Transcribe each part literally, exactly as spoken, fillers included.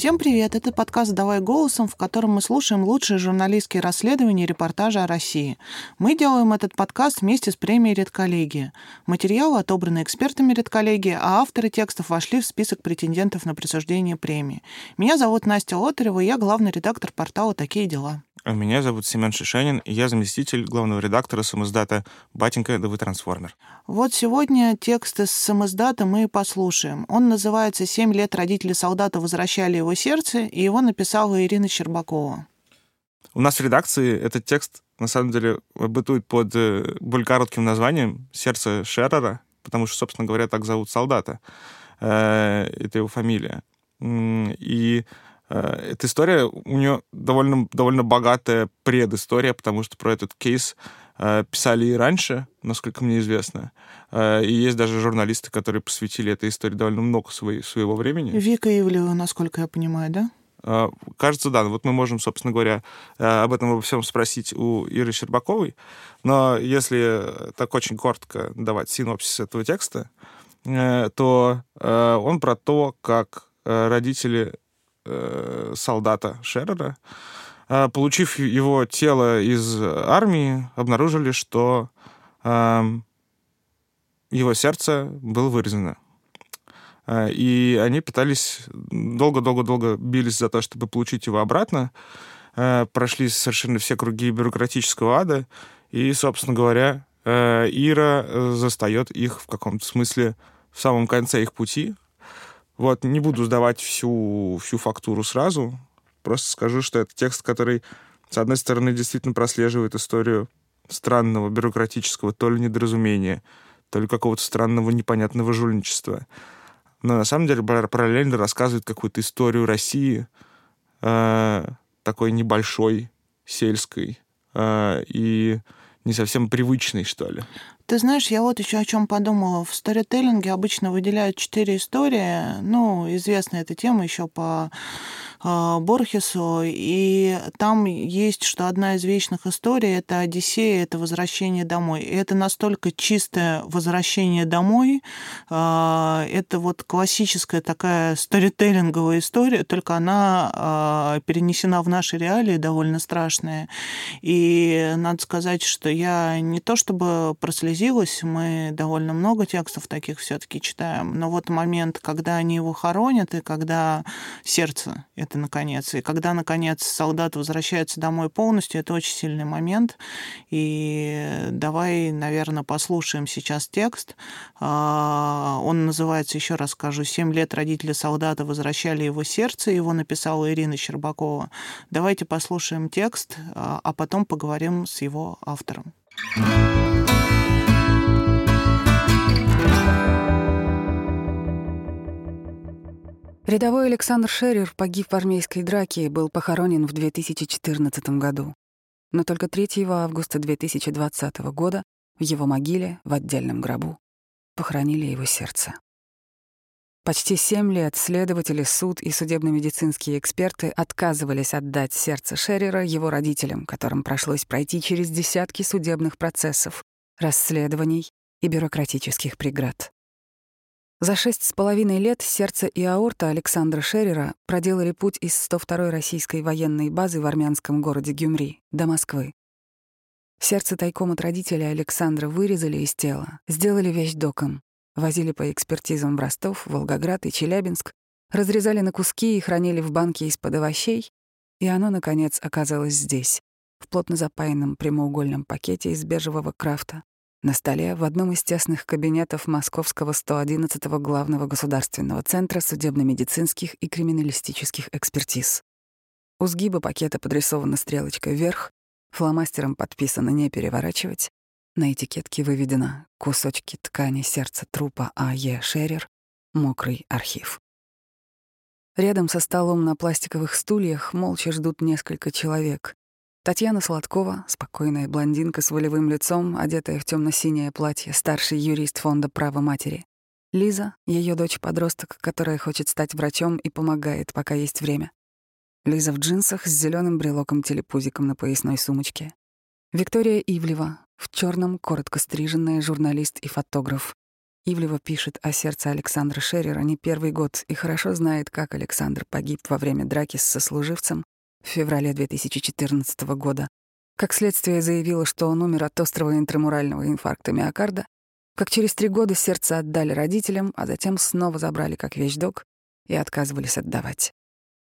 Всем привет! Это подкаст «Давай голосом», в котором мы слушаем лучшие журналистские расследования и репортажи о России. Мы делаем этот подкаст вместе с премией «Редколлегия». Материалы отобраны экспертами «Редколлегии», а авторы текстов вошли в список претендентов на присуждение премии. Меня зовут Настя Лотарева, и я главный редактор портала «Такие дела». А меня зовут Семен Шишенин, и я заместитель главного редактора самиздата «Батенька, да вы трансформер». Вот сегодня текст из самиздата мы и послушаем. Он называется «Семь лет родители солдата возвращали его сердце», и его написала Ирина Щербакова. У нас в редакции этот текст, на самом деле, бытует под более коротким названием «Сердце Шерера», потому что, собственно говоря, так зовут солдата. Это его фамилия. И эта история, у нее довольно, довольно богатая предыстория, потому что про этот кейс э, писали и раньше, насколько мне известно. Э, и есть даже журналисты, которые посвятили этой истории довольно много своей, своего времени. Вика Ивлева, насколько я понимаю, да? Э, кажется, да. Вот мы можем, собственно говоря, э, об этом обо всем спросить у Иры Щербаковой. Но если так очень коротко давать синопсис этого текста, э, то э, он про то, как э, родители солдата Шерера, получив его тело из армии, обнаружили, что э, его сердце было вырезано. И они пытались, долго-долго-долго бились за то, чтобы получить его обратно, прошли совершенно все круги бюрократического ада, и, собственно говоря, Ира застает их в каком-то смысле в самом конце их пути. Вот, не буду сдавать всю, всю фактуру сразу, просто скажу, что это текст, который, с одной стороны, действительно прослеживает историю странного бюрократического то ли недоразумения, то ли какого-то странного непонятного жульничества. Но на самом деле параллельно рассказывает какую-то историю России, э, такой небольшой, сельской э, и не совсем привычной, что ли. Ты знаешь, я вот еще о чем подумала. В сторителлинге обычно выделяют четыре истории. Ну, известна эта тема еще по э, Борхесу. И там есть, что одна из вечных историй — это Одиссея, это возвращение домой. И это настолько чистое возвращение домой. Э, это вот классическая такая сторителлинговая история, только она э, перенесена в наши реалии, довольно страшная. И надо сказать, что я не то чтобы прослезилась, мы довольно много текстов таких все-таки читаем, но вот момент, когда они его хоронят, и когда сердце это наконец, и когда, наконец, солдат возвращается домой полностью, это очень сильный момент. И давай, наверное, послушаем сейчас текст. Он называется, еще раз скажу, «Семь лет родители солдата возвращали его сердце», его написала Ирина Щербакова. Давайте послушаем текст, а потом поговорим с его автором. Рядовой Александр Шерер погиб в армейской драке и был похоронен в две тысячи четырнадцатом году. Но только третьего августа две тысячи двадцатого года в его могиле, в отдельном гробу, похоронили его сердце. Почти семь лет следователи, суд и судебно-медицинские эксперты отказывались отдать сердце Шерера его родителям, которым пришлось пройти через десятки судебных процессов, расследований и бюрократических преград. За шесть с половиной лет сердце и аорта Александра Шерера проделали путь из сто второй российской военной базы в армянском городе Гюмри до Москвы. Сердце тайком от родителей Александра вырезали из тела, сделали вещдоком, возили по экспертизам в Ростов, Волгоград и Челябинск, разрезали на куски и хранили в банке из-под овощей, и оно, наконец, оказалось здесь, в плотно запаянном прямоугольном пакете из бежевого крафта, на столе в одном из тесных кабинетов Московского сто одиннадцатого главного государственного центра судебно-медицинских и криминалистических экспертиз. У сгиба пакета подрисована стрелочкой вверх, фломастером подписано «Не переворачивать», на этикетке выведено «Кусочки ткани сердца трупа А Е Шерер. Мокрый архив». Рядом со столом на пластиковых стульях молча ждут несколько человек. Татьяна Сладкова, спокойная блондинка с волевым лицом, одетая в темно-синее платье, старший юрист фонда права матери. Лиза, ее дочь-подросток, которая хочет стать врачом и помогает, пока есть время. Лиза в джинсах с зеленым брелоком-телепузиком на поясной сумочке. Виктория Ивлева, в черном, коротко стриженная, журналист и фотограф. Ивлева пишет о сердце Александра Шеррера не первый год и хорошо знает, как Александр погиб во время драки с сослуживцем в феврале две тысячи четырнадцатого года. Как следствие заявило, что он умер от острого интрамурального инфаркта миокарда, как через три года сердце отдали родителям, а затем снова забрали как вещдок и отказывались отдавать.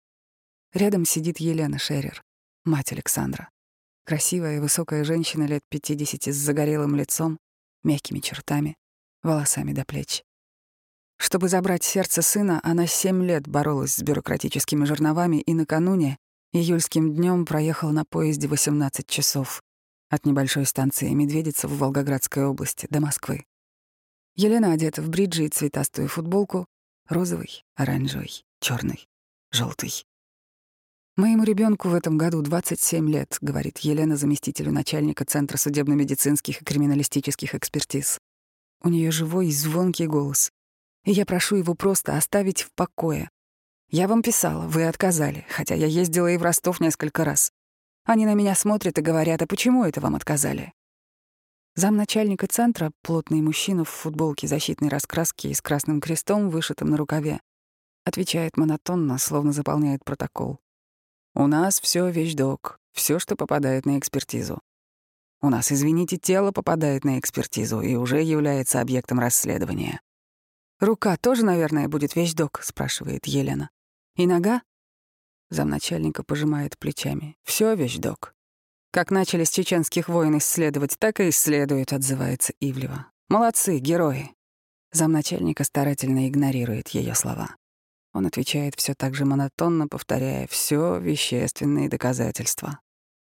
Рядом сидит Елена Шеррер, мать Александра. Красивая и высокая женщина лет пятидесяти с загорелым лицом, мягкими чертами, волосами до плеч. Чтобы забрать сердце сына, она семь лет боролась с бюрократическими жерновами и накануне, июльским днем, проехала на поезде восемнадцать часов от небольшой станции Медведица в Волгоградской области до Москвы. Елена одета в бриджи и цветастую футболку, розовый, оранжевый, черный, желтый. «Моему ребенку в этом году двадцать семь лет», — говорит Елена заместителю начальника Центра судебно-медицинских и криминалистических экспертиз. У нее живой и звонкий голос. И я прошу его просто оставить в покое. Я вам писала, вы отказали, хотя я ездила и в Ростов несколько раз. Они на меня смотрят и говорят, а почему это вам отказали? Замначальника центра, плотный мужчина в футболке защитной раскраски и с красным крестом, вышитым на рукаве, отвечает монотонно, словно заполняет протокол. У нас все вещдок, все, что попадает на экспертизу. У нас, извините, тело попадает на экспертизу и уже является объектом расследования. «Рука тоже, наверное, будет вещдок?» — спрашивает Елена. «И нога?» Замначальника пожимает плечами. Все вещдок. «Как начали с чеченских войн исследовать, так и исследуют», — отзывается Ивлева. «Молодцы, герои». Замначальника старательно игнорирует ее слова. Он отвечает все так же монотонно, повторяя «все вещественные доказательства».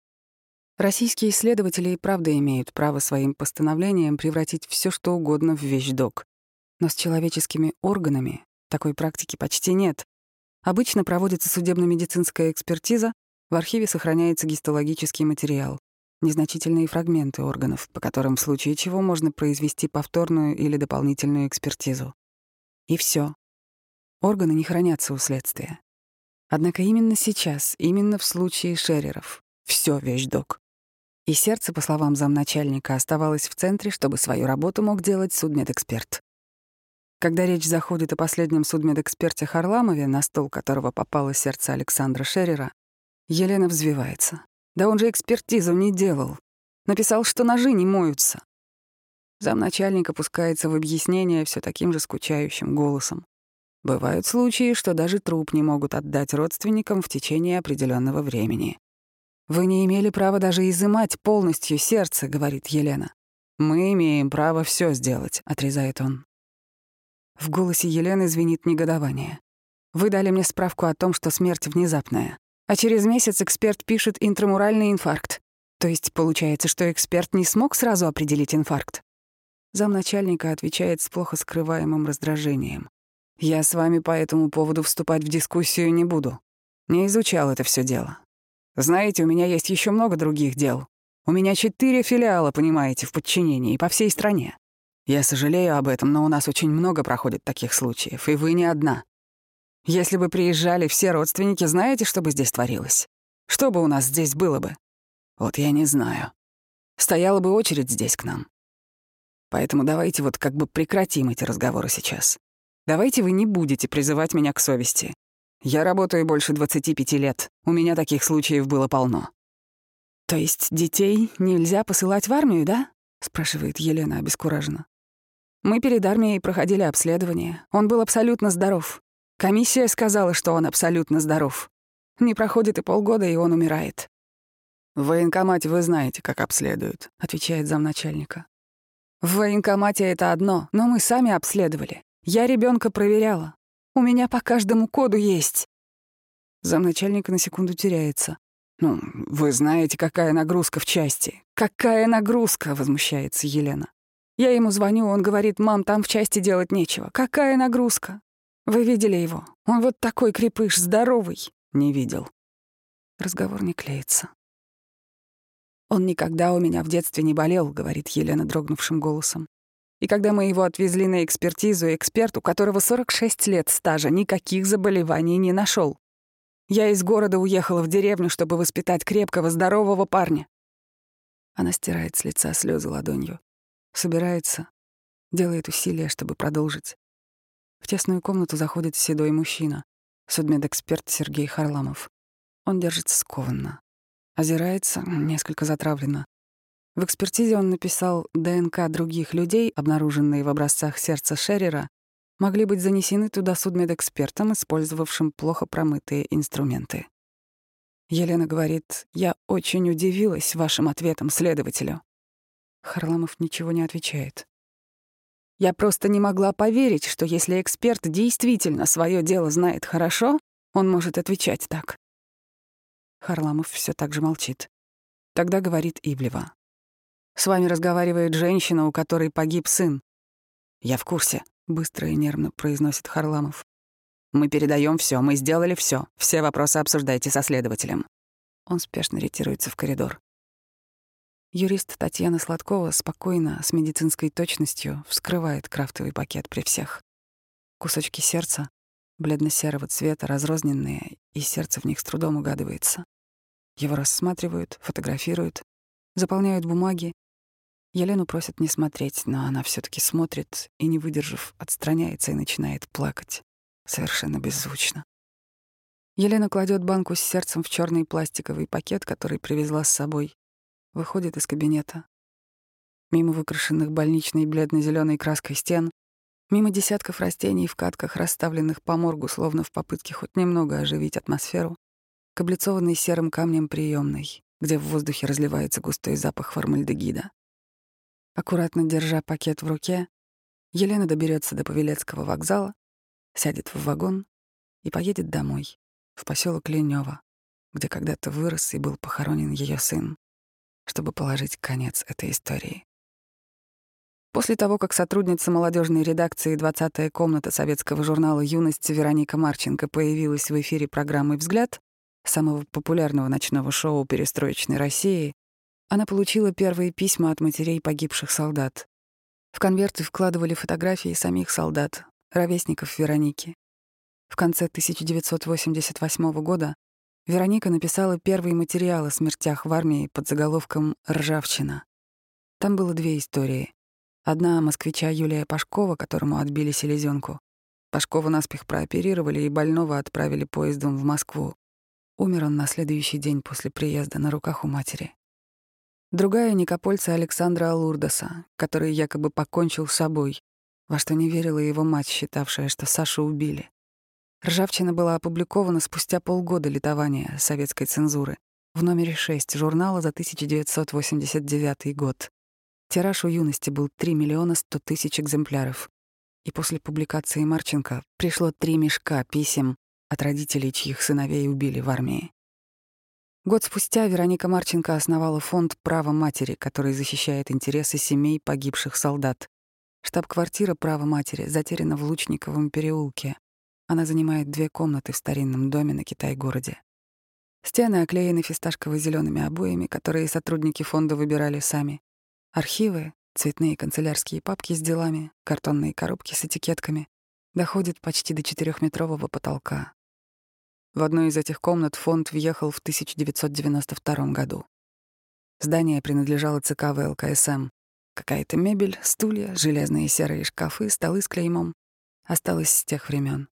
Российские исследователи и правда имеют право своим постановлением превратить все, что угодно, в вещдок. Но с человеческими органами такой практики почти нет. Обычно проводится судебно-медицинская экспертиза, в архиве сохраняется гистологический материал, незначительные фрагменты органов, по которым в случае чего можно произвести повторную или дополнительную экспертизу. И все. Органы не хранятся у следствия. Однако именно сейчас, именно в случае Шерреров, все вещдок. И сердце, по словам замначальника, оставалось в центре, чтобы свою работу мог делать судмедэксперт. Когда речь заходит о последнем судмедэксперте Харламове, на стол которого попало сердце Александра Шеррера, Елена взвивается. Да он же экспертизу не делал. Написал, что ножи не моются. Замначальник опускается в объяснение все таким же скучающим голосом. Бывают случаи, что даже труп не могут отдать родственникам в течение определенного времени. «Вы не имели права даже изымать полностью сердце», — говорит Елена. «Мы имеем право все сделать», — отрезает он. В голосе Елены звенит негодование. «Вы дали мне справку о том, что смерть внезапная, а через месяц эксперт пишет интрамуральный инфаркт. То есть получается, что эксперт не смог сразу определить инфаркт?» Замначальника отвечает с плохо скрываемым раздражением. «Я с вами по этому поводу вступать в дискуссию не буду. Не изучал это все дело. Знаете, у меня есть еще много других дел. У меня четыре филиала, понимаете, в подчинении по всей стране. Я сожалею об этом, но у нас очень много проходит таких случаев, и вы не одна. Если бы приезжали все родственники, знаете, что бы здесь творилось? Что бы у нас здесь было бы? Вот я не знаю. Стояла бы очередь здесь к нам. Поэтому давайте вот как бы прекратим эти разговоры сейчас. Давайте вы не будете призывать меня к совести. Я работаю больше двадцати пяти лет. У меня таких случаев было полно». «То есть детей нельзя посылать в армию, да?» — спрашивает Елена обескураженно. «Мы перед армией проходили обследование. Он был абсолютно здоров. Комиссия сказала, что он абсолютно здоров. Не проходит и полгода, и он умирает». «В военкомате вы знаете, как обследуют», — отвечает замначальника. «В военкомате это одно, но мы сами обследовали. Я ребенка проверяла. У меня по каждому коду есть». Замначальника на секунду теряется. «Ну, вы знаете, какая нагрузка в части». «Какая нагрузка?» — возмущается Елена. «Я ему звоню, он говорит, мам, там в части делать нечего. Какая нагрузка? Вы видели его? Он вот такой крепыш, здоровый». «Не видел». Разговор не клеится. «Он никогда у меня в детстве не болел», — говорит Елена дрогнувшим голосом. «И когда мы его отвезли на экспертизу, эксперт, у которого сорок шесть лет стажа, никаких заболеваний не нашел. Я из города уехала в деревню, чтобы воспитать крепкого, здорового парня». Она стирает с лица слезы ладонью, собирается делает усилия, чтобы продолжить. В тесную комнату заходит седой мужчина, судмедэксперт Сергей Харламов. Он держится скованно, озирается, несколько затравленно. В экспертизе он написал: ДНК других людей, обнаруженные в образцах сердца Шеррера, могли быть занесены туда судмедэкспертом, использовавшим плохо промытые инструменты. Елена говорит: «Я очень удивилась вашим ответом следователю». Харламов ничего не отвечает. «Я просто не могла поверить, что если эксперт действительно свое дело знает хорошо, он может отвечать так». Харламов все так же молчит. Тогда говорит Ивлева: «С вами разговаривает женщина, у которой погиб сын». «Я в курсе», — быстро и нервно произносит Харламов. «Мы передаем все, мы сделали все. Все вопросы обсуждайте со следователем». Он спешно ретируется в коридор. Юрист Татьяна Сладкова спокойно, с медицинской точностью, вскрывает крафтовый пакет при всех. Кусочки сердца, бледно-серого цвета, разрозненные, и сердце в них с трудом угадывается. Его рассматривают, фотографируют, заполняют бумаги. Елену просят не смотреть, но она все таки смотрит и, не выдержав, отстраняется и начинает плакать. Совершенно беззвучно. Елена кладет банку с сердцем в черный пластиковый пакет, который привезла с собой, выходит из кабинета. Мимо выкрашенных больничной бледно-зеленой краской стен, мимо десятков растений в катках, расставленных по моргу, словно в попытке хоть немного оживить атмосферу, к облицованной серым камнем приемной, где в воздухе разливается густой запах формальдегида. Аккуратно держа пакет в руке, Елена доберется до Павелецкого вокзала, сядет в вагон и поедет домой, в поселок Ленёво, где когда-то вырос и был похоронен ее сын, чтобы положить конец этой истории. После того, как сотрудница молодежной редакции «двадцатая комната» советского журнала «Юность» Вероника Марченко появилась в эфире программы «Взгляд», самого популярного ночного шоу перестроечной России, она получила первые письма от матерей погибших солдат. В конверты вкладывали фотографии самих солдат, ровесников Вероники. В конце тысяча девятьсот восемьдесят восьмого года Вероника написала первый материал о смертях в армии под заголовком «Ржавчина». Там было две истории. Одна — москвича Юлия Пашкова, которому отбили селезенку. Пашкова наспех прооперировали и больного отправили поездом в Москву. Умер он на следующий день после приезда на руках у матери. Другая — никопольца Александра Алурдаса, который якобы покончил с собой, во что не верила его мать, считавшая, что Сашу убили. «Ржавчина» была опубликована спустя полгода литования советской цензуры в номере шесть журнала за тысяча девятьсот восемьдесят девятый год. Тираж у «Юности» был три миллиона сто тысяч экземпляров. И после публикации Марченко пришло три мешка писем от родителей, чьих сыновей убили в армии. Год спустя Вероника Марченко основала фонд «Право матери», который защищает интересы семей погибших солдат. Штаб-квартира «Право матери» затеряна в Лучниковом переулке. Она занимает две комнаты в старинном доме на Китай-городе. Стены оклеены фисташково-зелёными обоями, которые сотрудники фонда выбирали сами. Архивы, цветные канцелярские папки с делами, картонные коробки с этикетками доходят почти до четырехметрового потолка. В одну из этих комнат фонд въехал в тысяча девятьсот девяносто втором году. Здание принадлежало ЦК вэ эл ка эс эм. Какая-то мебель, стулья, железные серые шкафы, столы с клеймом осталось с тех времен.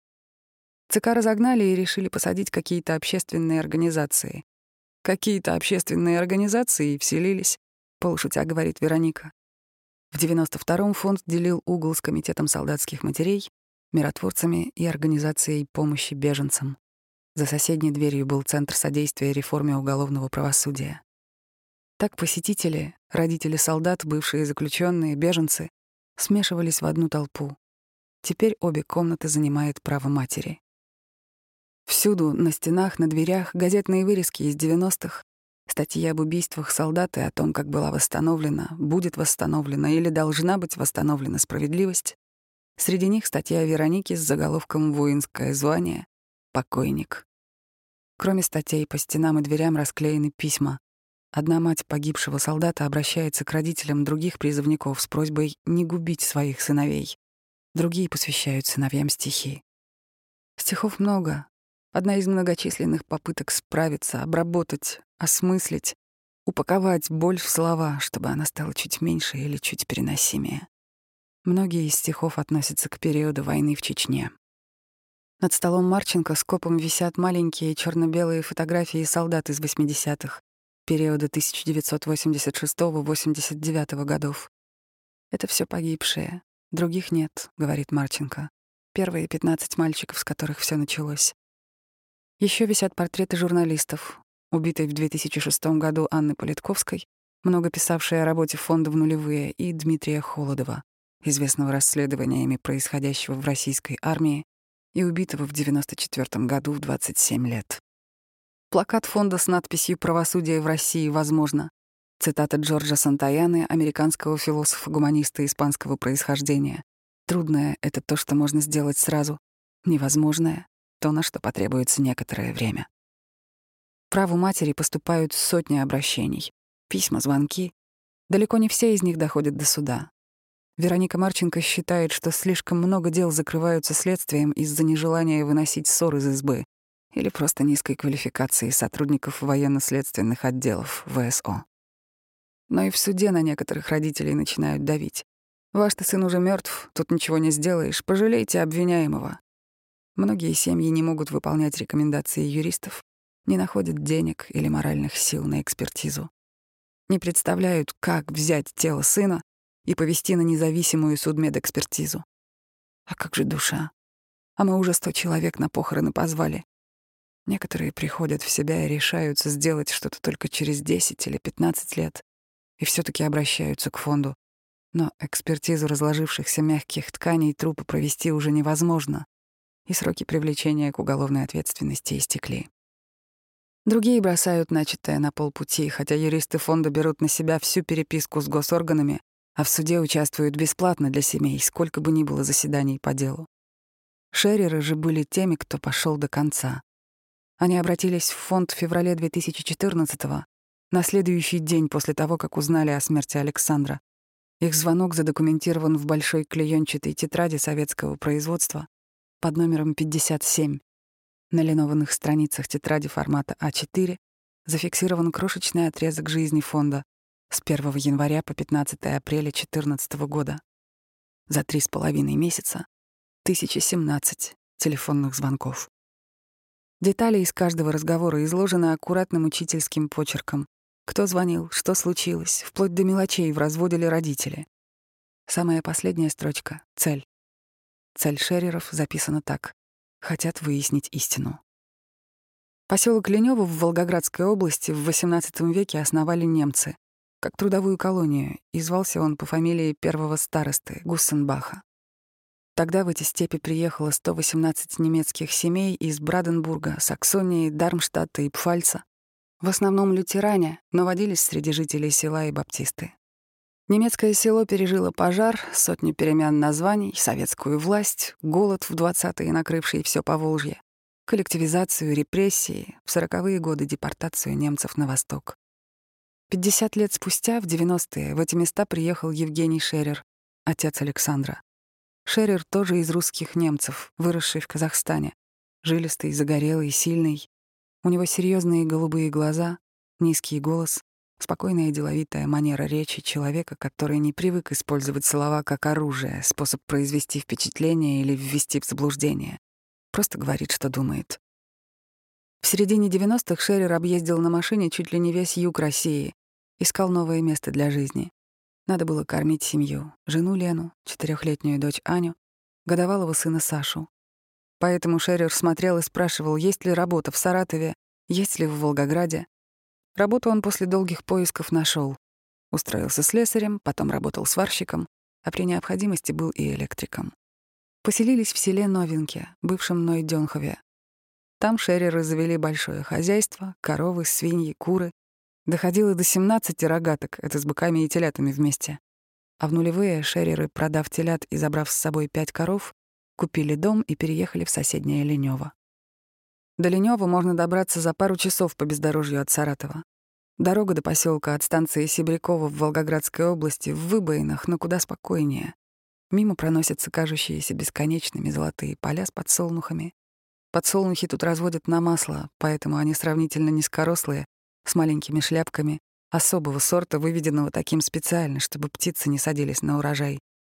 ЦК разогнали и решили посадить какие-то общественные организации. Какие-то общественные организации и вселились, полушутя говорит Вероника. В девяносто втором фонд делил угол с комитетом солдатских матерей, миротворцами и организацией помощи беженцам. За соседней дверью был Центр содействия реформе уголовного правосудия. Так посетители, родители солдат, бывшие заключенные, беженцы, смешивались в одну толпу. Теперь обе комнаты занимает право матери. Всюду, на стенах, на дверях, газетные вырезки из девяностых, статьи об убийствах солдат и о том, как была восстановлена, будет восстановлена или должна быть восстановлена справедливость. Среди них статья Вероники с заголовком «Воинское звание. Покойник». Кроме статей, по стенам и дверям расклеены письма. Одна мать погибшего солдата обращается к родителям других призывников с просьбой не губить своих сыновей. Другие посвящают сыновьям стихи. Стихов много. Одна из многочисленных попыток справиться, обработать, осмыслить, упаковать боль в слова, чтобы она стала чуть меньше или чуть переносимее. Многие из стихов относятся к периоду войны в Чечне. Над столом Марченко скопом висят маленькие черно-белые фотографии солдат из восьмидесятых, периода тысяча девятьсот восемьдесят шестого — восемьдесят девятого годов. «Это все погибшие. Других нет», — говорит Марченко. «Первые пятнадцать мальчиков, с которых все началось». Еще висят портреты журналистов, убитой в две тысячи шестом году Анны Политковской, много писавшей о работе фонда в нулевые, и Дмитрия Холодова, известного расследованиями происходящего в российской армии и убитого в девяносто четвёртом году в двадцать семь лет. Плакат фонда с надписью «Правосудие в России возможно». Цитата Джорджа Сантаяны, американского философа-гуманиста испанского происхождения. «Трудное — это то, что можно сделать сразу. Невозможное — то, на что потребуется некоторое время». Праву матери поступают сотни обращений, письма, звонки. Далеко не все из них доходят до суда. Вероника Марченко считает, что слишком много дел закрываются следствием из-за нежелания выносить ссор из избы или просто низкой квалификации сотрудников военно-следственных отделов ВСО. Но и в суде на некоторых родителей начинают давить. «Ваш-то сын уже мертв, тут ничего не сделаешь, пожалейте обвиняемого». Многие семьи не могут выполнять рекомендации юристов, не находят денег или моральных сил на экспертизу. Не представляют, как взять тело сына и повести на независимую судмедэкспертизу. А как же душа? А мы уже сто человек на похороны позвали. Некоторые приходят в себя и решаются сделать что-то только через десять или пятнадцать лет, и все-таки обращаются к фонду. Но экспертизу разложившихся мягких тканей трупа провести уже невозможно, и сроки привлечения к уголовной ответственности истекли. Другие бросают начатое на полпути, хотя юристы фонда берут на себя всю переписку с госорганами, а в суде участвуют бесплатно для семей, сколько бы ни было заседаний по делу. Шереры же были теми, кто пошел до конца. Они обратились в фонд в феврале две тысячи четырнадцатого, на следующий день после того, как узнали о смерти Александра. Их звонок задокументирован в большой клеёнчатой тетради советского производства под номером пятьдесят семь. На линованных страницах тетради формата а четыре зафиксирован крошечный отрезок жизни фонда с первого января по пятнадцатое апреля две тысячи четырнадцатого года. За три с половиной месяца тысяча семнадцать телефонных звонков. Детали из каждого разговора изложены аккуратным учительским почерком. Кто звонил, что случилось, вплоть до мелочей, в разводе ли родители. Самая последняя строчка — цель. Цель Шереров записана так: хотят выяснить истину. Поселок Ленёво в Волгоградской области в восемнадцатом веке основали немцы, как трудовую колонию, и звался он по фамилии первого старосты Гуссенбаха. Тогда в эти степи приехало сто восемнадцать немецких семей из Браденбурга, Саксонии, Дармштадта и Пфальца. В основном лютеране, но водились среди жителей села и баптисты. Немецкое село пережило пожар, сотни перемен названий, советскую власть, голод в двадцатые, накрывший все Поволжье, коллективизацию, репрессии, в сороковые годы депортацию немцев на восток. Пятьдесят лет спустя, в девяностые, в эти места приехал Евгений Шерер, отец Александра. Шерер тоже из русских немцев, выросший в Казахстане. Жилистый, загорелый, сильный. У него серьезные голубые глаза, низкий голос, спокойная и деловитая манера речи человека, который не привык использовать слова как оружие, способ произвести впечатление или ввести в заблуждение. Просто говорит, что думает. В середине девяностых Шерер объездил на машине чуть ли не весь юг России, искал новое место для жизни. Надо было кормить семью, жену Лену, четырехлетнюю дочь Аню, годовалого сына Сашу. Поэтому Шерер смотрел и спрашивал, есть ли работа в Саратове, есть ли в Волгограде. Работу он после долгих поисков нашел. Устроился слесарем, потом работал сварщиком, а при необходимости был и электриком. Поселились в селе Новинке, бывшем Нойдёнхове. Там Шереры завели большое хозяйство, коровы, свиньи, куры. Доходило до семнадцати рогаток, это с быками и телятами вместе. А в нулевые Шереры, продав телят и забрав с собой пять коров, купили дом и переехали в соседнее Ленёво. До Ленёва можно добраться за пару часов по бездорожью от Саратова. Дорога до поселка от станции Себрякова в Волгоградской области в выбоинах, но куда спокойнее. Мимо проносятся кажущиеся бесконечными золотые поля с подсолнухами. Подсолнухи тут разводят на масло, поэтому они сравнительно низкорослые, с маленькими шляпками, особого сорта, выведенного таким специально, чтобы птицы не садились на урожай.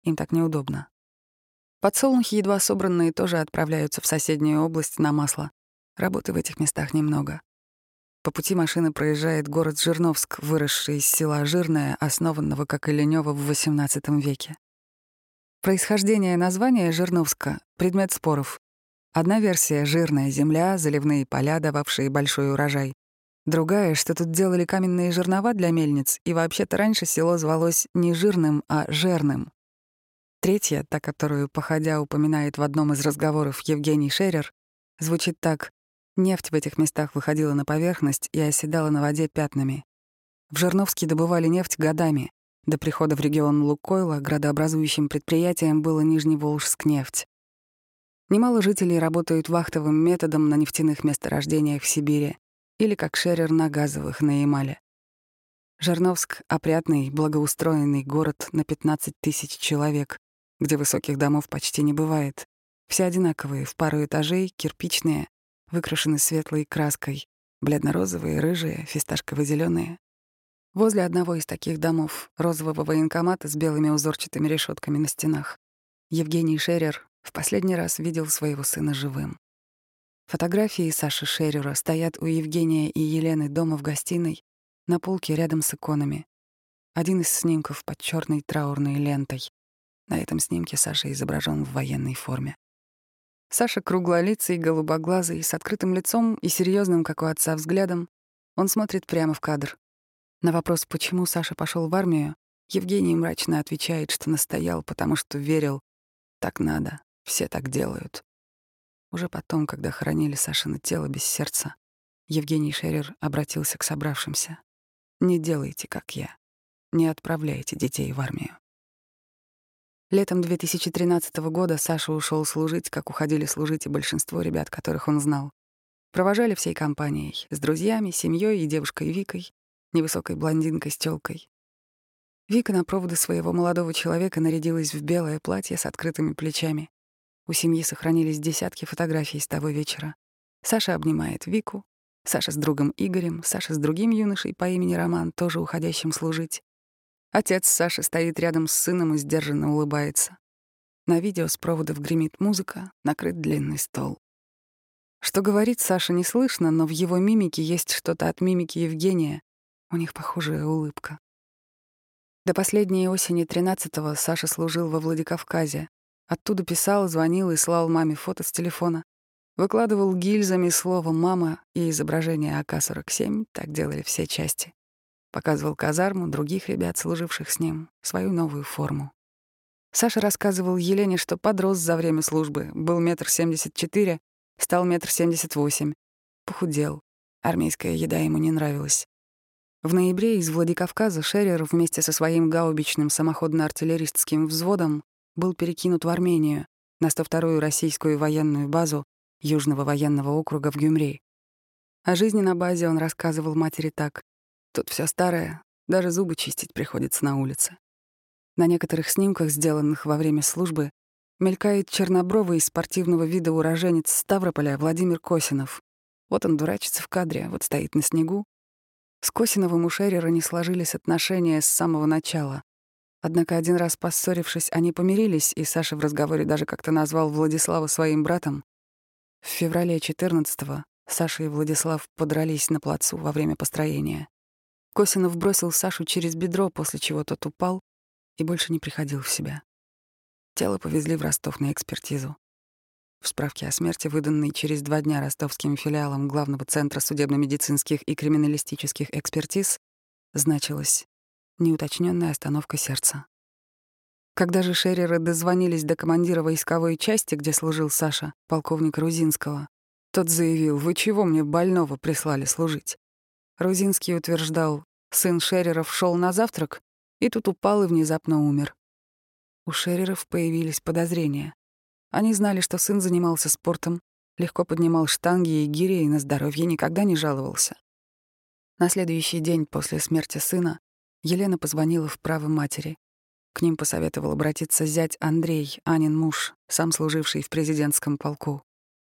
Им так неудобно. Подсолнухи, едва собранные, тоже отправляются в соседнюю область на масло. Работы в этих местах немного. По пути машина проезжает город Жирновск, выросший из села Жирное, основанного, как и Ленёво, в восемнадцатом веке. Происхождение названия Жирновска — предмет споров. Одна версия — жирная земля, заливные поля, дававшие большой урожай. Другая, что тут делали каменные жернова для мельниц, и вообще-то раньше село звалось не Жирным, а Жерным. Третья, та, которую, походя, упоминает в одном из разговоров Евгений Шерер, звучит так: нефть в этих местах выходила на поверхность и оседала на воде пятнами. В Жирновске добывали нефть годами. До прихода в регион Лукойла градообразующим предприятием было Нижневолжскнефть. Немало жителей работают вахтовым методом на нефтяных месторождениях в Сибири или, как Шерер, на газовых на Ямале. Жирновск — опрятный, благоустроенный город на пятнадцать тысяч человек, где высоких домов почти не бывает. Все одинаковые, в пару этажей, кирпичные, выкрашены светлой краской, бледно-розовые, рыжие, фисташково-зелёные. Возле одного из таких домов, розового военкомата с белыми узорчатыми решетками на стенах, Евгений Шерер в последний раз видел своего сына живым. Фотографии Саши Шерера стоят у Евгения и Елены дома в гостиной на полке рядом с иконами. Один из снимков под черной траурной лентой. На этом снимке Саша изображен в военной форме. Саша круглолицый, голубоглазый, с открытым лицом и серьезным, как у отца, взглядом. Он смотрит прямо в кадр. На вопрос, почему Саша пошел в армию, Евгений мрачно отвечает, что настоял, потому что верил: так надо, все так делают. Уже потом, когда хоронили Сашино тело без сердца, Евгений Шерер обратился к собравшимся: «Не делайте, как я. Не отправляйте детей в армию». Летом две тысячи тринадцатого года Саша ушел служить, как уходили служить и большинство ребят, которых он знал. Провожали всей компанией, с друзьями, семьей и девушкой Викой, невысокой блондинкой с тёлкой. Вика на проводы своего молодого человека нарядилась в белое платье с открытыми плечами. У семьи сохранились десятки фотографий с того вечера. Саша обнимает Вику, Саша с другом Игорем, Саша с другим юношей по имени Роман, тоже уходящим служить. Отец Саши стоит рядом с сыном и сдержанно улыбается. На видео с проводов гремит музыка, накрыт длинный стол. Что говорит Саша, не слышно, но в его мимике есть что-то от мимики Евгения. У них похожая улыбка. До последней осени тринадцатого Саша служил во Владикавказе. Оттуда писал, звонил и слал маме фото с телефона. Выкладывал гильзами слово «мама» и изображение А К сорок семь, так делали все части. Показывал казарму, других ребят, служивших с ним, свою новую форму. Саша рассказывал Елене, что подрос за время службы, был метр семьдесят четыре, стал метр семьдесят восемь, похудел. Армейская еда ему не нравилась. В ноябре из Владикавказа Шерер вместе со своим гаубичным самоходно-артиллеристским взводом был перекинут в Армению, на сто вторую российскую военную базу Южного военного округа в Гюмри. О жизни на базе он рассказывал матери так: «Тут все старое, даже зубы чистить приходится на улице». На некоторых снимках, сделанных во время службы, мелькает чернобровый спортивного вида уроженец Ставрополя Владимир Косинов. Вот он дурачится в кадре, вот стоит на снегу. С Косиновым у Шерера не сложились отношения с самого начала. Однако один раз поссорившись, они помирились, и Саша в разговоре даже как-то назвал Владислава своим братом. В феврале четырнадцатого Саша и Владислав подрались на плацу во время построения. Косинов бросил Сашу через бедро, после чего тот упал и больше не приходил в себя. Тело повезли в Ростов на экспертизу. В справке о смерти, выданной через два дня ростовским филиалом Главного центра судебно-медицинских и криминалистических экспертиз, значилось «неуточненная остановка сердца». Когда же Шереры дозвонились до командира войсковой части, где служил Саша, полковника Рузинского, тот заявил: «Вы чего мне больного прислали служить?» Рузинский утверждал: сын Шереров шел на завтрак, и тут упал и внезапно умер. У Шереров появились подозрения. Они знали, что сын занимался спортом, легко поднимал штанги и гири и на здоровье никогда не жаловался. На следующий день после смерти сына Елена позвонила в право матери. К ним посоветовал обратиться зять Андрей, Анин муж, сам служивший в президентском полку.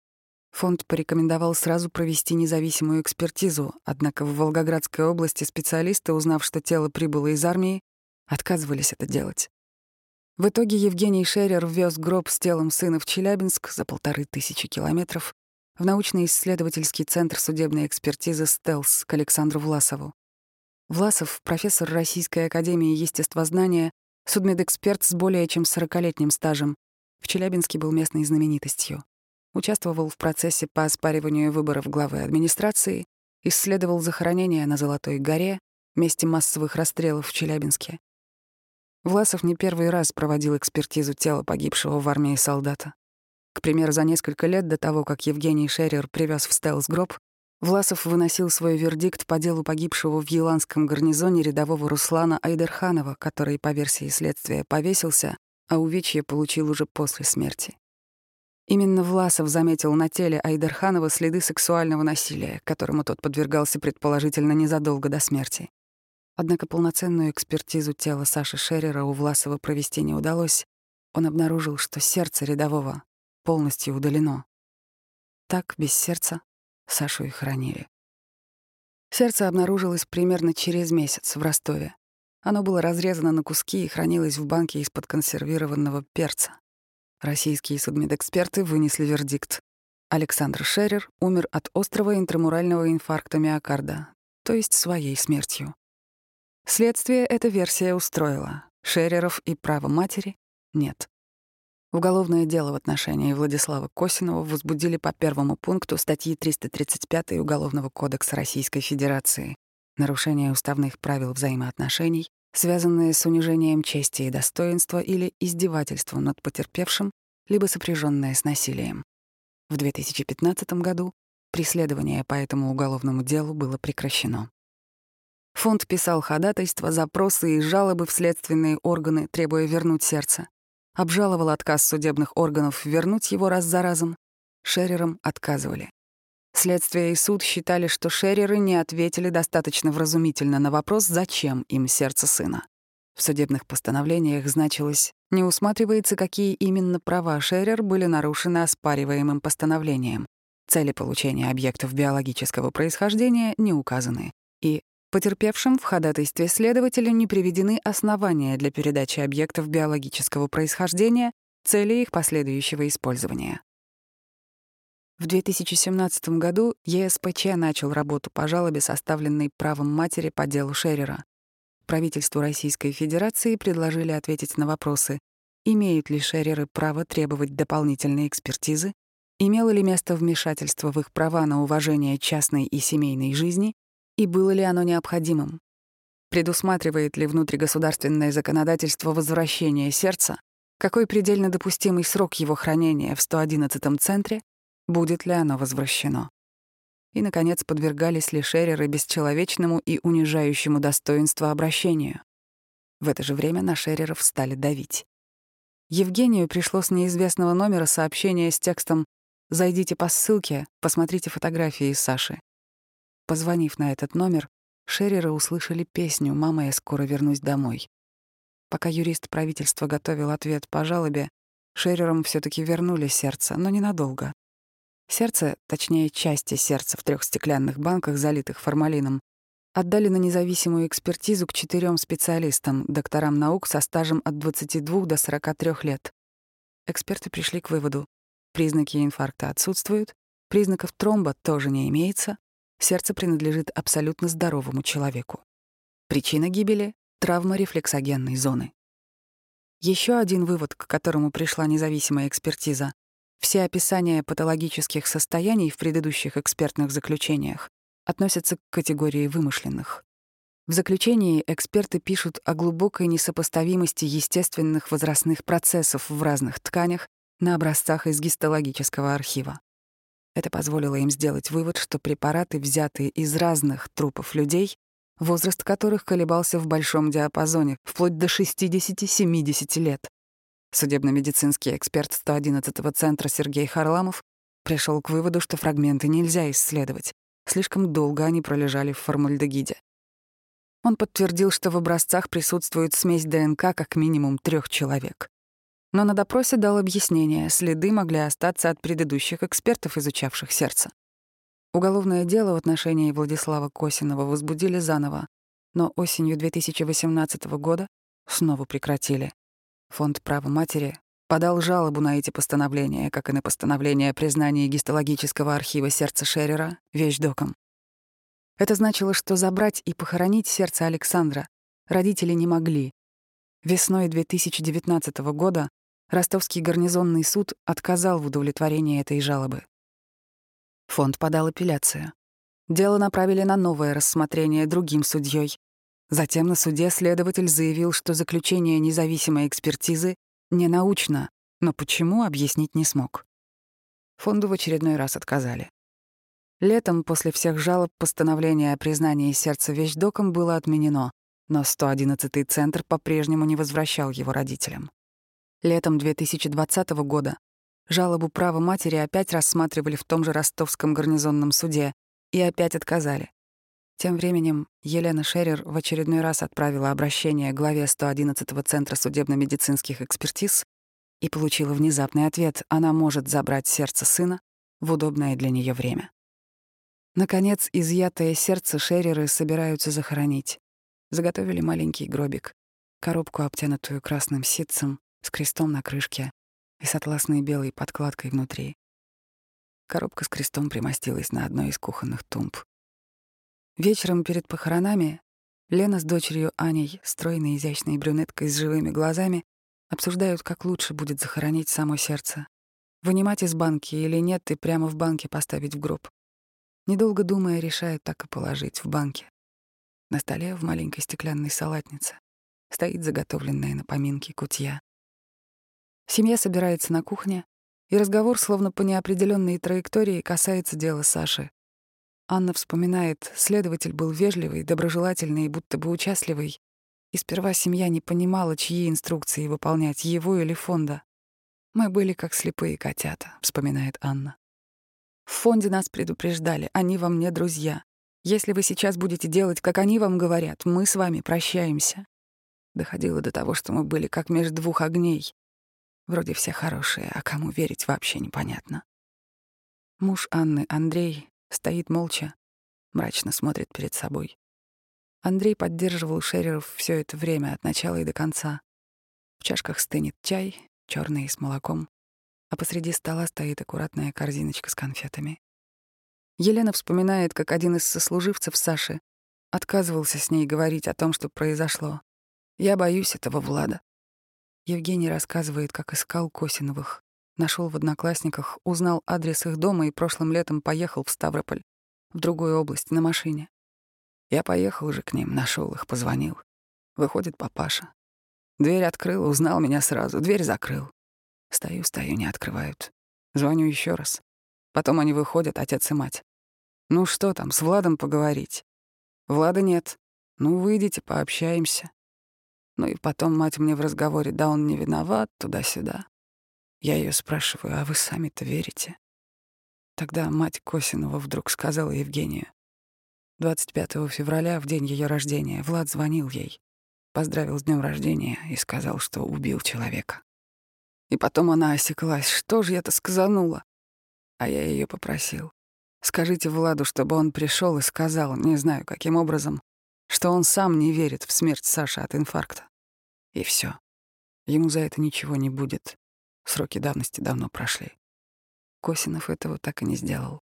Фонд порекомендовал сразу провести независимую экспертизу, однако в Волгоградской области специалисты, узнав, что тело прибыло из армии, отказывались это делать. В итоге Евгений Шерер ввез гроб с телом сына в Челябинск за полторы тысячи километров в научно-исследовательский центр судебной экспертизы «Стелс» к Александру Власову. Власов, профессор Российской академии естествознания, судмедэксперт с более чем сорокалетним стажем, в Челябинске был местной знаменитостью. Участвовал в процессе по оспариванию выборов главы администрации, исследовал захоронения на Золотой горе, месте массовых расстрелов в Челябинске. Власов не первый раз проводил экспертизу тела погибшего в армии солдата. К примеру, за несколько лет до того, как Евгений Шерер привез в Стелс гроб, Власов выносил свой вердикт по делу погибшего в Еланском гарнизоне рядового Руслана Айдарханова, который, по версии следствия, повесился, а увечья получил уже после смерти. Именно Власов заметил на теле Айдарханова следы сексуального насилия, которому тот подвергался предположительно незадолго до смерти. Однако полноценную экспертизу тела Саши Шерера у Власова провести не удалось. Он обнаружил, что сердце рядового полностью удалено. Так, без сердца, Сашу и хоронили. Сердце обнаружилось примерно через месяц в Ростове. Оно было разрезано на куски и хранилось в банке из-под консервированного перца. Российские судмедэксперты вынесли вердикт. Александр Шерер умер от острого интрамурального инфаркта миокарда, то есть своей смертью. Следствие эта версия устроила. Шереров и права матери нет. Уголовное дело в отношении Владислава Косинова возбудили по первому пункту статьи триста тридцать пять Уголовного кодекса Российской Федерации «Нарушение уставных правил взаимоотношений, связанные с унижением чести и достоинства или издевательством над потерпевшим, либо сопряженное с насилием». В две тысячи пятнадцатом году преследование по этому уголовному делу было прекращено. Фонд писал ходатайства, запросы и жалобы в следственные органы, требуя вернуть сердце. Обжаловал отказ судебных органов вернуть его раз за разом. Шерерам отказывали. Следствие и суд считали, что Шереры не ответили достаточно вразумительно на вопрос, зачем им сердце сына. В судебных постановлениях значилось «не усматривается, какие именно права Шерер были нарушены оспариваемым постановлением. Цели получения объектов биологического происхождения не указаны». И потерпевшим в ходатайстве следователя не приведены основания для передачи объектов биологического происхождения, цели их последующего использования. В две тысячи семнадцатом году Е С П Ч начал работу по жалобе, составленной правом матери по делу Шерера. Правительству Российской Федерации предложили ответить на вопросы: имеют ли Шереры право требовать дополнительной экспертизы, имело ли место вмешательство в их права на уважение частной и семейной жизни, и было ли оно необходимым? Предусматривает ли внутригосударственное законодательство возвращение сердца? Какой предельно допустимый срок его хранения в сто одиннадцатом центре? Будет ли оно возвращено? И, наконец, подвергались ли Шереры бесчеловечному и унижающему достоинство обращению? В это же время на Шереров стали давить. Евгению пришло с неизвестного номера сообщение с текстом «Зайдите по ссылке, посмотрите фотографии Саши». Позвонив на этот номер, Шереры услышали песню «Мама, я скоро вернусь домой». Пока юрист правительства готовил ответ по жалобе, Шерерам все-таки вернули сердце, но ненадолго. Сердце, точнее части сердца в трех стеклянных банках, залитых формалином, отдали на независимую экспертизу к четырем специалистам, докторам наук со стажем от двадцати двух до сорока трёх лет. Эксперты пришли к выводу: признаки инфаркта отсутствуют, признаков тромба тоже не имеется, сердце принадлежит абсолютно здоровому человеку. Причина гибели — травма рефлексогенной зоны. Еще один вывод, к которому пришла независимая экспертиза: все описания патологических состояний в предыдущих экспертных заключениях относятся к категории вымышленных. В заключении эксперты пишут о глубокой несопоставимости естественных возрастных процессов в разных тканях на образцах из гистологического архива. Это позволило им сделать вывод, что препараты, взятые из разных трупов людей, возраст которых колебался в большом диапазоне, вплоть до шестидесяти-семидесяти лет. Судебно-медицинский эксперт сто одиннадцатого центра Сергей Харламов пришел к выводу, что фрагменты нельзя исследовать. Слишком долго они пролежали в формальдегиде. Он подтвердил, что в образцах присутствует смесь Д Н К как минимум трех человек. Но на допросе дал объяснение: следы могли остаться от предыдущих экспертов, изучавших сердце. Уголовное дело в отношении Владислава Косинова возбудили заново, но осенью две тысячи восемнадцатого года снова прекратили. Фонд права матери подал жалобу на эти постановления, как и на постановление о признании гистологического архива сердца Шерера вещдоком. Это значило, что забрать и похоронить сердце Александра родители не могли. Весной две тысячи девятнадцатого года Ростовский гарнизонный суд отказал в удовлетворении этой жалобы. Фонд подал апелляцию. Дело направили на новое рассмотрение другим судьей. Затем на суде следователь заявил, что заключение независимой экспертизы не научно, но почему, объяснить не смог. Фонду в очередной раз отказали. Летом, после всех жалоб, постановление о признании сердца вещдоком было отменено, но сто одиннадцатый центр по-прежнему не возвращал его родителям. Летом две тысячи двадцатого года жалобу права матери опять рассматривали в том же Ростовском гарнизонном суде и опять отказали. Тем временем Елена Шерер в очередной раз отправила обращение к главе сто одиннадцатого Центра судебно-медицинских экспертиз и получила внезапный ответ: она может забрать сердце сына в удобное для нее время. Наконец, изъятое сердце Шереры собираются захоронить. Заготовили маленький гробик, коробку, обтянутую красным ситцем, с крестом на крышке и с атласной белой подкладкой внутри. Коробка с крестом примостилась на одной из кухонных тумб. Вечером перед похоронами Лена с дочерью Аней, стройной изящной брюнеткой с живыми глазами, обсуждают, как лучше будет захоронить само сердце. Вынимать из банки или нет и прямо в банке поставить в гроб. Недолго думая, решают так и положить в банке. На столе в маленькой стеклянной салатнице стоит заготовленная на поминки кутья. Семья собирается на кухне, и разговор, словно по неопределенной траектории, касается дела Саши. Анна вспоминает, следователь был вежливый, доброжелательный и будто бы участливый, и сперва семья не понимала, чьи инструкции выполнять, его или фонда. «Мы были как слепые котята», — вспоминает Анна. «В фонде нас предупреждали, они вам не друзья. Если вы сейчас будете делать, как они вам говорят, мы с вами прощаемся». Доходило до того, что мы были как между двух огней. Вроде все хорошие, а кому верить вообще непонятно. Муж Анны, Андрей, стоит молча, мрачно смотрит перед собой. Андрей поддерживал Шереров все это время, от начала и до конца. В чашках стынет чай, черный с молоком, а посреди стола стоит аккуратная корзиночка с конфетами. Елена вспоминает, как один из сослуживцев Саши отказывался с ней говорить о том, что произошло. «Я боюсь этого Влада». Евгений рассказывает, как искал Косиновых, нашел в Одноклассниках, узнал адрес их дома и прошлым летом поехал в Ставрополь, в другую область, на машине. Я поехал же к ним, нашел их, позвонил. Выходит папаша. Дверь открыл, узнал меня сразу, дверь закрыл. Стою, стою, не открывают. Звоню еще раз. Потом они выходят, отец и мать. «Ну что там, с Владом поговорить?» «Влада нет. Ну, выйдите, пообщаемся». Ну и потом мать мне в разговоре: «Да он не виноват, туда-сюда». Я ее спрашиваю: «А вы сами-то верите?» Тогда мать Косинова вдруг сказала Евгению. двадцать пятого февраля, в день ее рождения, Влад звонил ей, поздравил с днем рождения и сказал, что убил человека. И потом она осеклась: «Что же я-то сказанула?» А я ее попросил: «Скажите Владу, чтобы он пришел и сказал, не знаю каким образом, что он сам не верит в смерть Саши от инфаркта». И все. Ему за это ничего не будет. Сроки давности давно прошли. Косинов этого так и не сделал.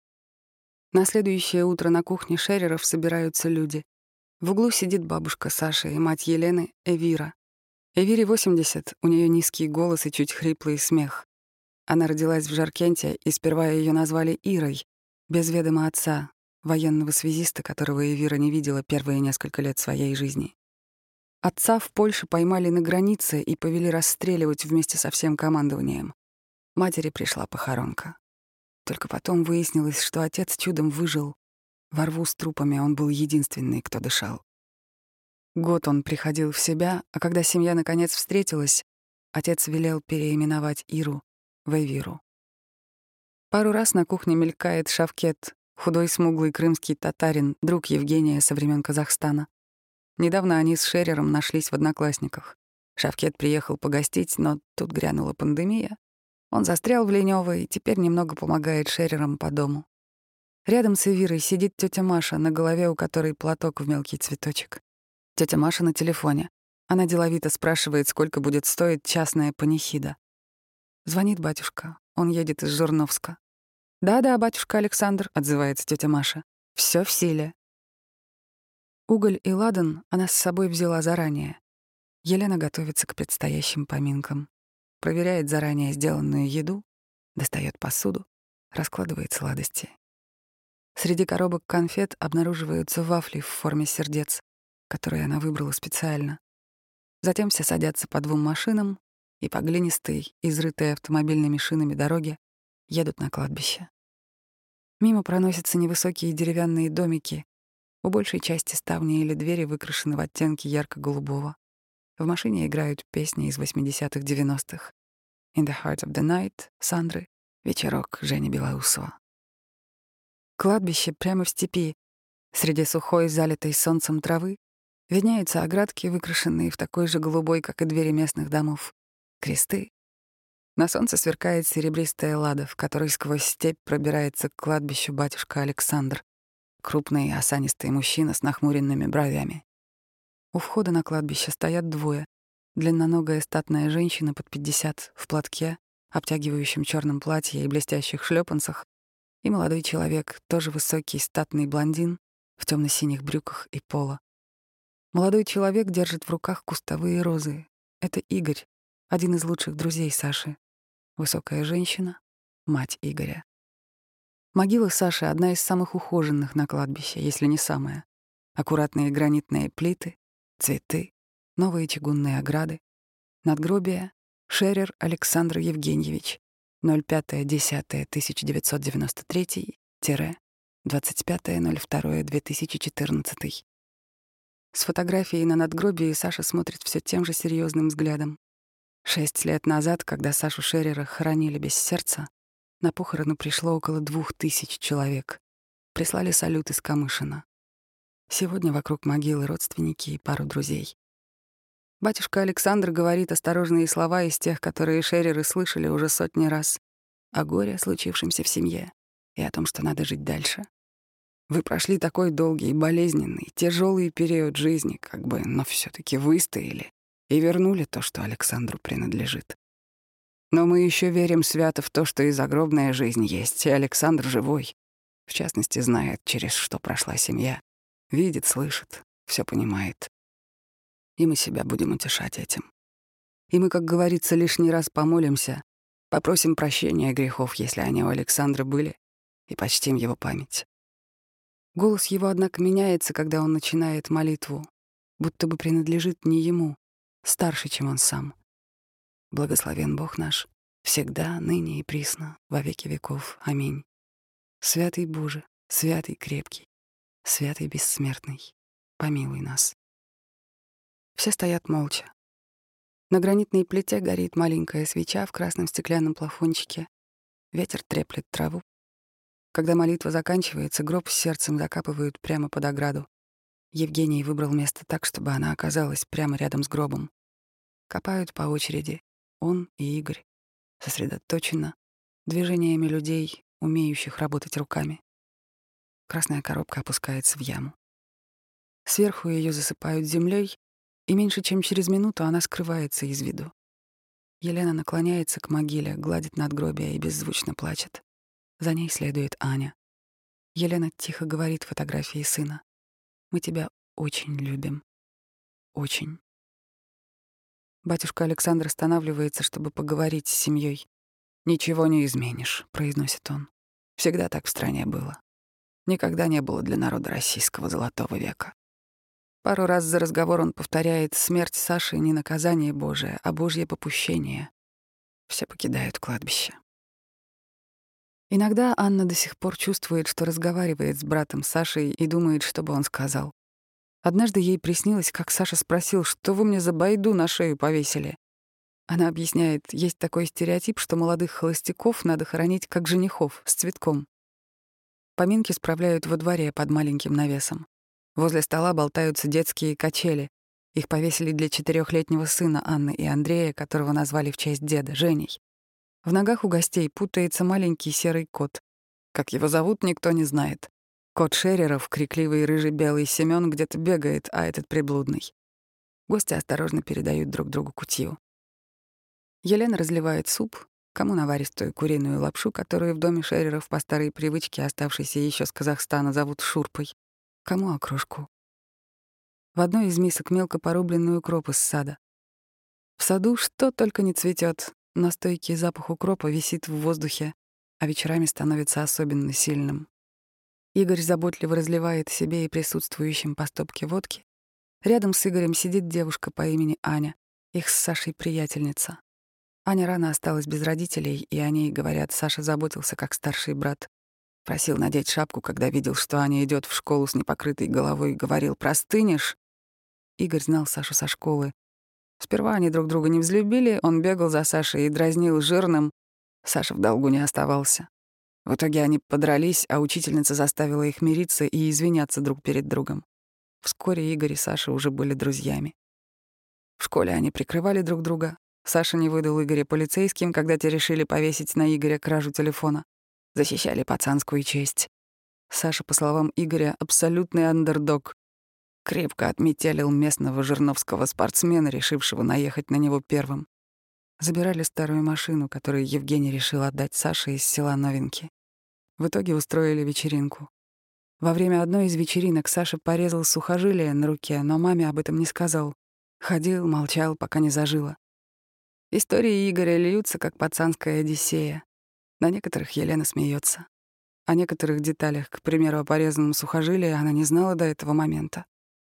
На следующее утро на кухне Шереров собираются люди. В углу сидит бабушка Саши и мать Елены, Эвира. Эвире восемьдесят, у нее низкий голос и чуть хриплый смех. Она родилась в Жаркенте, и сперва ее назвали Ирой, без ведома отца, военного связиста, которого Эвира не видела первые несколько лет своей жизни. Отца в Польше поймали на границе и повели расстреливать вместе со всем командованием. Матери пришла похоронка. Только потом выяснилось, что отец чудом выжил. Во рву с трупами он был единственный, кто дышал. Год он приходил в себя, а когда семья наконец встретилась, отец велел переименовать Иру в Эвиру. Пару раз на кухне мелькает Шавкет, худой смуглый крымский татарин, друг Евгения со времен Казахстана. Недавно они с Шерером нашлись в Одноклассниках. Шавкет приехал погостить, но тут грянула пандемия. Он застрял в Ленёво и теперь немного помогает Шерерам по дому. Рядом с Эвирой сидит тетя Маша, на голове у которой платок в мелкий цветочек. Тетя Маша на телефоне. Она деловито спрашивает, сколько будет стоить частная панихида. Звонит батюшка, он едет из Жирновска. «Да-да, батюшка Александр», — отзывается тетя Маша. «Всё в силе». Уголь и ладан она с собой взяла заранее. Елена готовится к предстоящим поминкам. Проверяет заранее сделанную еду, достает посуду, раскладывает сладости. Среди коробок конфет обнаруживаются вафли в форме сердец, которые она выбрала специально. Затем все садятся по двум машинам и по глинистой, изрытой автомобильными шинами дороге едут на кладбище. Мимо проносятся невысокие деревянные домики. У большей части ставни или двери выкрашены в оттенки ярко-голубого. В машине играют песни из восьмидесятых-девяностых. «In the Heart of the Night» Сандры, «Вечерок» Жени Белоусова. Кладбище прямо в степи. Среди сухой, залитой солнцем травы виднеются оградки, выкрашенные в такой же голубой, как и двери местных домов. Кресты. На солнце сверкает серебристая лада, в которой сквозь степь пробирается к кладбищу батюшка Александр, крупный осанистый мужчина с нахмуренными бровями. У входа на кладбище стоят двое. Длинноногая статная женщина под пятьдесят в платке, обтягивающем черном платье и блестящих шлепанцах, и молодой человек, тоже высокий статный блондин, в темно-синих брюках и поло. Молодой человек держит в руках кустовые розы. Это Игорь, один из лучших друзей Саши. Высокая женщина — мать Игоря. Могила Саши — одна из самых ухоженных на кладбище, если не самая. Аккуратные гранитные плиты, цветы, новые чугунные ограды. Надгробие — Шерер Александр Евгеньевич, ноль пятое десятое тысяча девятьсот девяносто третий — двадцать пятое ноль второе две тысячи четырнадцатый. С фотографией на надгробии Саша смотрит все тем же серьезным взглядом. Шесть лет назад, когда Сашу Шерера хоронили без сердца, на похороны пришло около двух тысяч человек. Прислали салют из Камышина. Сегодня вокруг могилы родственники и пару друзей. Батюшка Александр говорит осторожные слова из тех, которые Шереры слышали уже сотни раз, о горе, случившемся в семье, и о том, что надо жить дальше. Вы прошли такой долгий, болезненный, тяжелый период жизни, как бы, но все-таки выстояли и вернули то, что Александру принадлежит. Но мы еще верим свято в то, что и загробная жизнь есть, и Александр живой. В частности, знает, через что прошла семья. Видит, слышит, все понимает. И мы себя будем утешать этим. И мы, как говорится, лишний раз помолимся, попросим прощения грехов, если они у Александра были, и почтим его память. Голос его, однако, меняется, когда он начинает молитву, будто бы принадлежит не ему, старше, чем он сам. Благословен Бог наш, всегда, ныне и присно, во веки веков. Аминь. Святый Боже, святый крепкий, святый бессмертный, помилуй нас. Все стоят молча. На гранитной плите горит маленькая свеча в красном стеклянном плафончике. Ветер треплет траву. Когда молитва заканчивается, гроб с сердцем закапывают прямо под ограду. Евгений выбрал место так, чтобы она оказалась прямо рядом с гробом. Копают по очереди он и Игорь, сосредоточенно, движениями людей, умеющих работать руками. Красная коробка опускается в яму. Сверху ее засыпают землей, и меньше чем через минуту она скрывается из виду. Елена наклоняется к могиле, гладит надгробие и беззвучно плачет. За ней следует Аня. Елена тихо говорит фотографии сына. «Мы тебя очень любим. Очень». Батюшка Александр останавливается, чтобы поговорить с семьей. «Ничего не изменишь», — произносит он. «Всегда так в стране было. Никогда не было для народа российского золотого века». Пару раз за разговор он повторяет: «Смерть Саши не наказание Божие, а Божье попущение». Все покидают кладбище. Иногда Анна до сих пор чувствует, что разговаривает с братом Сашей и думает, что бы он сказал. Однажды ей приснилось, как Саша спросил: «Что вы мне за байду на шею повесили?» Она объясняет, есть такой стереотип, что молодых холостяков надо хоронить как женихов, с цветком. Поминки справляют во дворе под маленьким навесом. Возле стола болтаются детские качели. Их повесили для четырехлетнего сына Анны и Андрея, которого назвали в честь деда, Женей. В ногах у гостей путается маленький серый кот. Как его зовут, никто не знает. Кот Шереров, крикливый рыжий белый Семён, где-то бегает, а этот приблудный. Гости осторожно передают друг другу кутью. Елена разливает суп, кому наваристую куриную лапшу, которую в доме Шереров по старой привычке, оставшейся еще с Казахстана, зовут шурпой, кому окрошку. В одной из мисок мелко порубленный укроп из сада. В саду что только не цветет, но стойкий запах укропа висит в воздухе, а вечерами становится особенно сильным. Игорь заботливо разливает себе и присутствующим по стопке водки. Рядом с Игорем сидит девушка по имени Аня, их с Сашей приятельница. Аня рано осталась без родителей, и о ней, говорят, Саша заботился как старший брат. Просил надеть шапку, когда видел, что Аня идет в школу с непокрытой головой, и говорил: «Простынешь?» Игорь знал Сашу со школы. Сперва они друг друга не взлюбили, он бегал за Сашей и дразнил жирным. Саша в долгу не оставался. В итоге они подрались, а учительница заставила их мириться и извиняться друг перед другом. Вскоре Игорь и Саша уже были друзьями. В школе они прикрывали друг друга. Саша не выдал Игоря полицейским, когда те решили повесить на Игоря кражу телефона. Защищали пацанскую честь. Саша, по словам Игоря, абсолютный андердог. Крепко отметелил местного жирновского спортсмена, решившего наехать на него первым. Забирали старую машину, которую Евгений решил отдать Саше из села Новинки. В итоге устроили вечеринку. Во время одной из вечеринок Саша порезал сухожилие на руке, но маме об этом не сказал. Ходил, молчал, пока не зажило. Истории Игоря льются, как пацанская Одиссея. На некоторых Елена смеется. О некоторых деталях, к примеру, о порезанном сухожилии, она не знала до этого момента.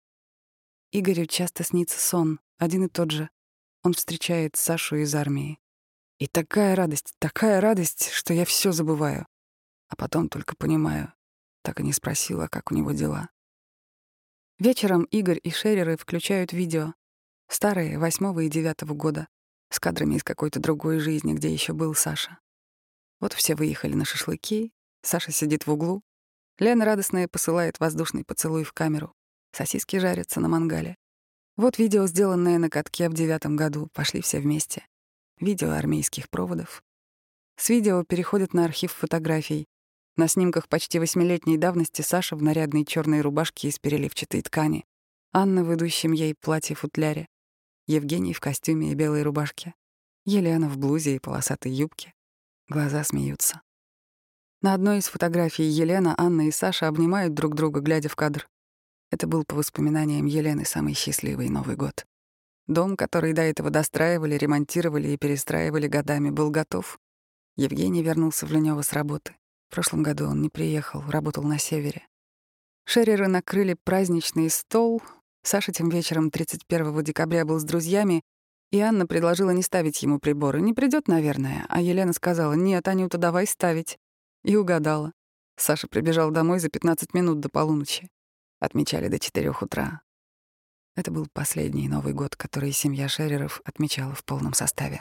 Игорю часто снится сон, один и тот же. Он встречает Сашу из армии. И такая радость, такая радость, что я все забываю. А потом только понимаю, так и не спросила, как у него дела. Вечером Игорь и Шереры включают видео. Старые, восьмого и девятого года, с кадрами из какой-то другой жизни, где еще был Саша. Вот все выехали на шашлыки, Саша сидит в углу. Лена радостная посылает воздушный поцелуй в камеру. Сосиски жарятся на мангале. Вот видео, сделанное на катке в девятом году. Пошли все вместе. Видео армейских проводов. С видео переходят на архив фотографий. На снимках почти восьмилетней давности Саша в нарядной черной рубашке из переливчатой ткани. Анна в идущем ей платье-футляре. Евгений в костюме и белой рубашке. Елена в блузе и полосатой юбке. Глаза смеются. На одной из фотографий Елена, Анна и Саша обнимают друг друга, глядя в кадр. Это был, по воспоминаниям Елены, самый счастливый Новый год. Дом, который до этого достраивали, ремонтировали и перестраивали годами, был готов. Евгений вернулся в Ленёво с работы. В прошлом году он не приехал, работал на севере. Шереры накрыли праздничный стол. Саша тем вечером тридцать первого декабря был с друзьями, и Анна предложила не ставить ему приборы. Не придёт, наверное. А Елена сказала: «Нет, Анюта, давай ставить». И угадала. Саша прибежал домой за пятнадцать минут до полуночи. Отмечали до четырёх утра. Это был последний Новый год, который семья Шереров отмечала в полном составе.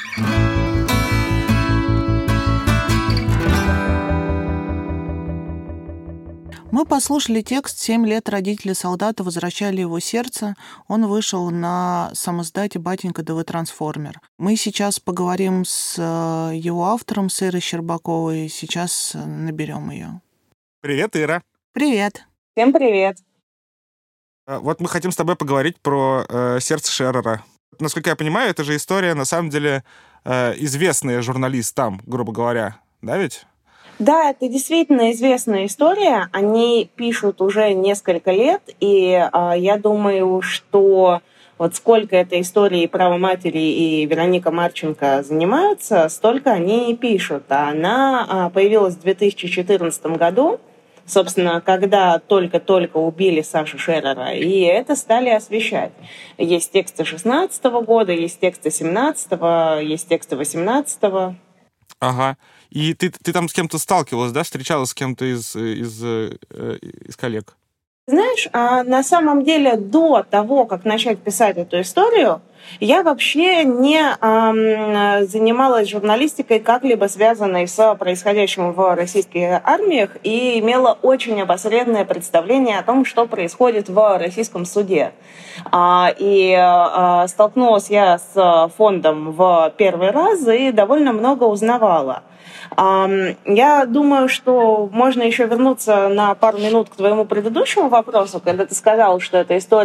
Мы послушали текст «Семь лет родители солдата возвращали его сердце». Он вышел на самоиздате «Батенька ДВ Трансформер». Мы сейчас поговорим с его автором, с Ирой Щербаковой. Сейчас наберем ее. Привет, Ира. Привет. Всем привет. Вот мы хотим с тобой поговорить про э, сердце Шерера. Насколько я понимаю, это же история, на самом деле, э, известный журналист там, грубо говоря, да ведь? Да, это действительно известная история. Они пишут уже несколько лет, и э, я думаю, что вот сколько этой истории «Право матери» и Вероника Марченко занимаются, столько они и пишут. Она э, появилась в две тысячи четырнадцатом году, собственно, когда только-только убили Сашу Шерера, и это стали освещать. Есть тексты шестнадцатого года, есть тексты семнадцатого, есть тексты восемнадцатого. Ага. И ты, ты там с кем-то сталкивалась, да? Встречалась с кем-то из, из, из коллег? Знаешь, а на самом деле до того, как начать писать эту историю, я вообще не эм, занималась журналистикой, как-либо связанной с происходящим в российских армиях, и имела очень опосредованное представление о том, что происходит в российском суде. А, и а, столкнулась я с фондом в первый раз и довольно много узнавала. Я думаю, что можно еще вернуться на пару минут к твоему предыдущему вопросу, когда ты сказал, что эта история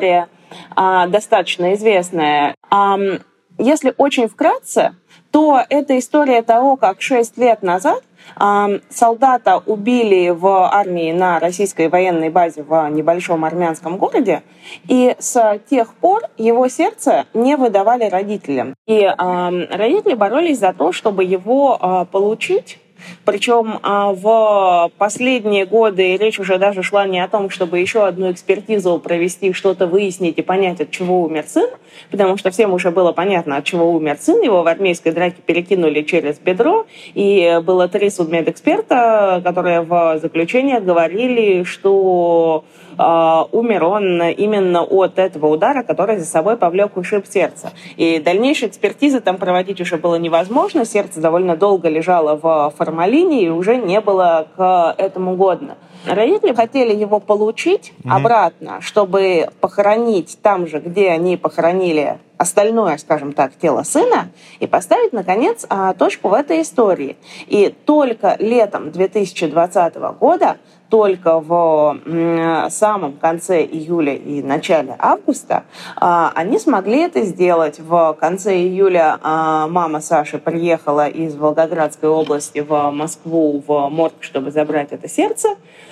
достаточно известная. Если очень вкратце, то это история того, как шесть лет назад солдата убили в армии на российской военной базе в небольшом армянском городе, и с тех пор его сердце не выдавали родителям. И э, родители боролись за то, чтобы его э, получить. Причем в последние годы речь уже даже шла не о том, чтобы еще одну экспертизу провести, что-то выяснить и понять, от чего умер сын, потому что всем уже было понятно, от чего умер сын. Его в армейской драке перекинули через бедро, и было три судмедэксперта, которые в заключениях говорили, что Uh, умер он именно от этого удара, который за собой повлек ушиб сердца. И дальнейшие экспертизы там проводить уже было невозможно. Сердце довольно долго лежало в формалине и уже не было к этому годно. Родители хотели его получить mm-hmm. обратно, чтобы похоронить там же, где они похоронили остальное, скажем так, тело сына, и поставить, наконец, точку в этой истории. И только летом две тысячи двадцатого года, только в самом конце июля и начале августа они смогли это сделать. В конце июля мама Саши приехала из Волгоградской области в Москву, в морг, чтобы забрать это сердце.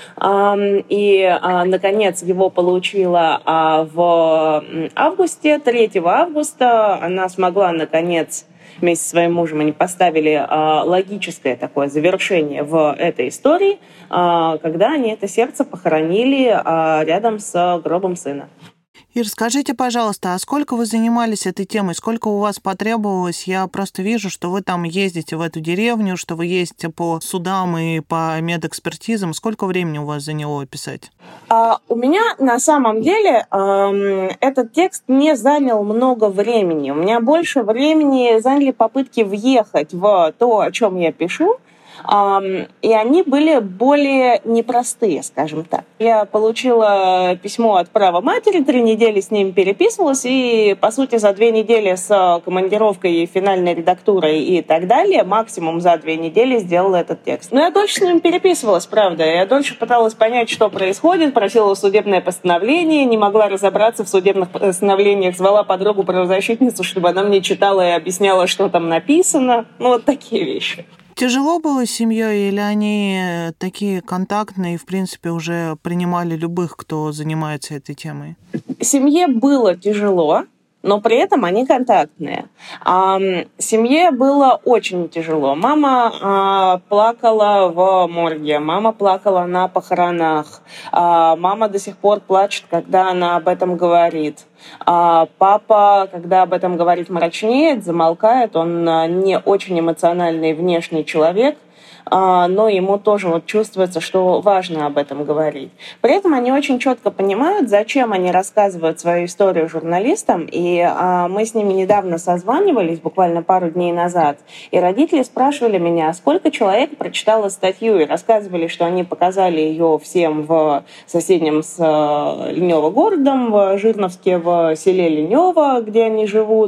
И, наконец, его получила в августе, третьего августа. Она смогла, наконец, вместе со своим мужем, они поставили а, логическое такое завершение в этой истории, а, когда они это сердце похоронили а, рядом с гробом сына. И расскажите, пожалуйста, а сколько вы занимались этой темой, сколько у вас потребовалось? Я просто вижу, что вы там ездите в эту деревню, что вы ездите по судам и по медэкспертизам. Сколько времени у вас заняло писать? А, у меня на самом деле э, этот текст не занял много времени. У меня больше времени заняли попытки въехать в то, о чем я пишу. Um, и они были более непростые, скажем так. Я получила письмо от правоматери, три недели с ним переписывалась, и, по сути, за две недели с командировкой, финальной редактурой и так далее, максимум за две недели сделала этот текст. Но я дольше с ним переписывалась, правда. Я дольше пыталась понять, что происходит, просила судебное постановление, не могла разобраться в судебных постановлениях, звала подругу-правозащитницу, чтобы она мне читала и объясняла, что там написано. Ну, вот такие вещи. Тяжело было с семьей, или они такие контактные и, в принципе, уже принимали любых, кто занимается этой темой? Семье было тяжело, но при этом они контактные. А, семье было очень тяжело. Мама а, плакала в морге, мама плакала на похоронах, а, мама до сих пор плачет, когда она об этом говорит. А папа, когда об этом говорит, мрачнеет, замолкает. Он не очень эмоциональный внешний человек, но ему тоже вот чувствуется, что важно об этом говорить. При этом они очень четко понимают, зачем они рассказывают свою историю журналистам, и мы с ними недавно созванивались, буквально пару дней назад, и родители спрашивали меня, сколько человек прочитало статью, и рассказывали, что они показали ее всем в соседнем с Ленёво городом, в Жирновске, в селе Ленёво, где они живут,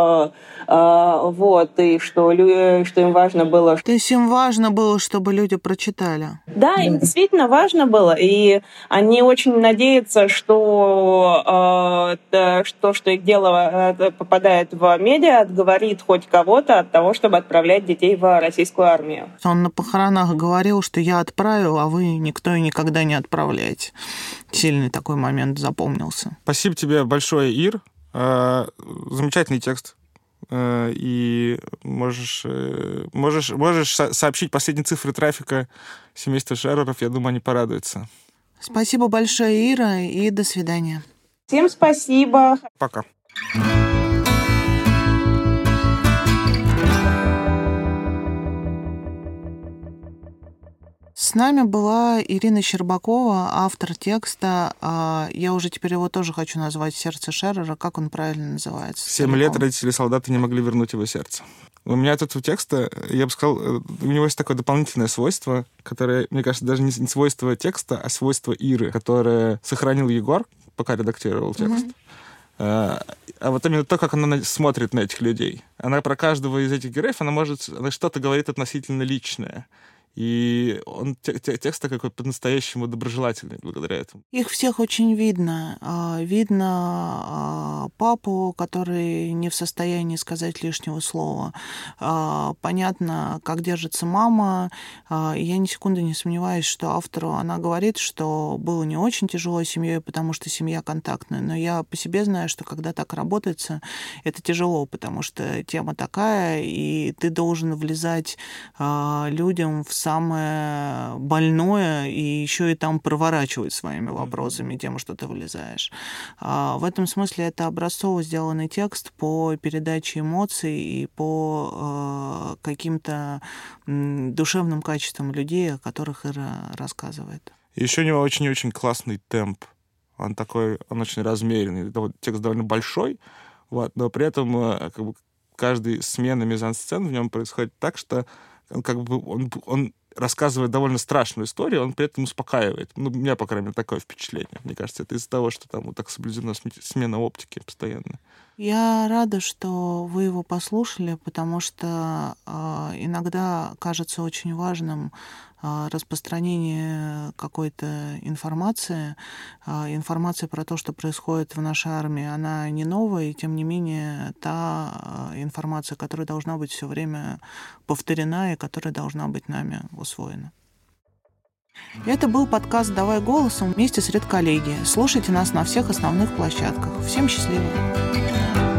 вот, и что, что им важно было. То есть им важно было, чтобы люди прочитали? Да, им действительно важно было, и они очень надеются, что э, то, что их дело попадает в медиа, отговорит хоть кого-то от того, чтобы отправлять детей в российскую армию. Он на похоронах говорил, что я отправил, а вы никто и никогда не отправляете. Сильный такой момент запомнился. Спасибо тебе большое, Ир. Замечательный текст. И можешь, можешь, можешь сообщить последние цифры трафика семейства Шереров. Я думаю, они порадуются. Спасибо большое, Ира, и до свидания. Всем спасибо. Пока. С нами была Ирина Щербакова, автор текста. Я уже теперь его тоже хочу назвать «Сердце Шерера». Как он правильно называется? Семь лет родители солдата не могли вернуть его сердце. У меня от этого текста, я бы сказал, у него есть такое дополнительное свойство, которое, мне кажется, даже не свойство текста, а свойство Иры, которое сохранил Егор, пока редактировал текст. Mm-hmm. А вот именно то, как она смотрит на этих людей. Она про каждого из этих героев, она может, она что-то говорит относительно личное. И он, те, те, текст такой по-настоящему доброжелательный благодаря этому. Их всех очень видно. Видно папу, который не в состоянии сказать лишнего слова. Понятно, как держится мама. Я ни секунды не сомневаюсь, что автору она говорит, что было не очень тяжело с семьей, потому что семья контактная. Но я по себе знаю, что когда так работается, это тяжело, потому что тема такая, и ты должен влезать людям в самое больное и еще и там проворачивать своими вопросами тем, что ты влезаешь. В этом смысле это образцово сделанный текст по передаче эмоций и по каким-то душевным качествам людей, о которых Ира рассказывает. Еще у него очень-очень классный темп. Он такой, он очень размеренный. Текст довольно большой, вот, но при этом как бы, каждая смена мизансцен в нем происходит так, что он как бы он, он рассказывает довольно страшную историю, он при этом успокаивает. Ну, у меня, по крайней мере, такое впечатление. Мне кажется, это из-за того, что там вот так соблюдена смена оптики постоянно. Я рада, что вы его послушали, потому что э, иногда кажется очень важным э, распространение какой-то информации. Э, информация про то, что происходит в нашей армии, она не новая, и тем не менее та э, информация, которая должна быть все время повторена и которая должна быть нами усвоена. Это был подкаст «Давай голосом» вместе с редколлегией. Слушайте нас на всех основных площадках. Всем счастливо!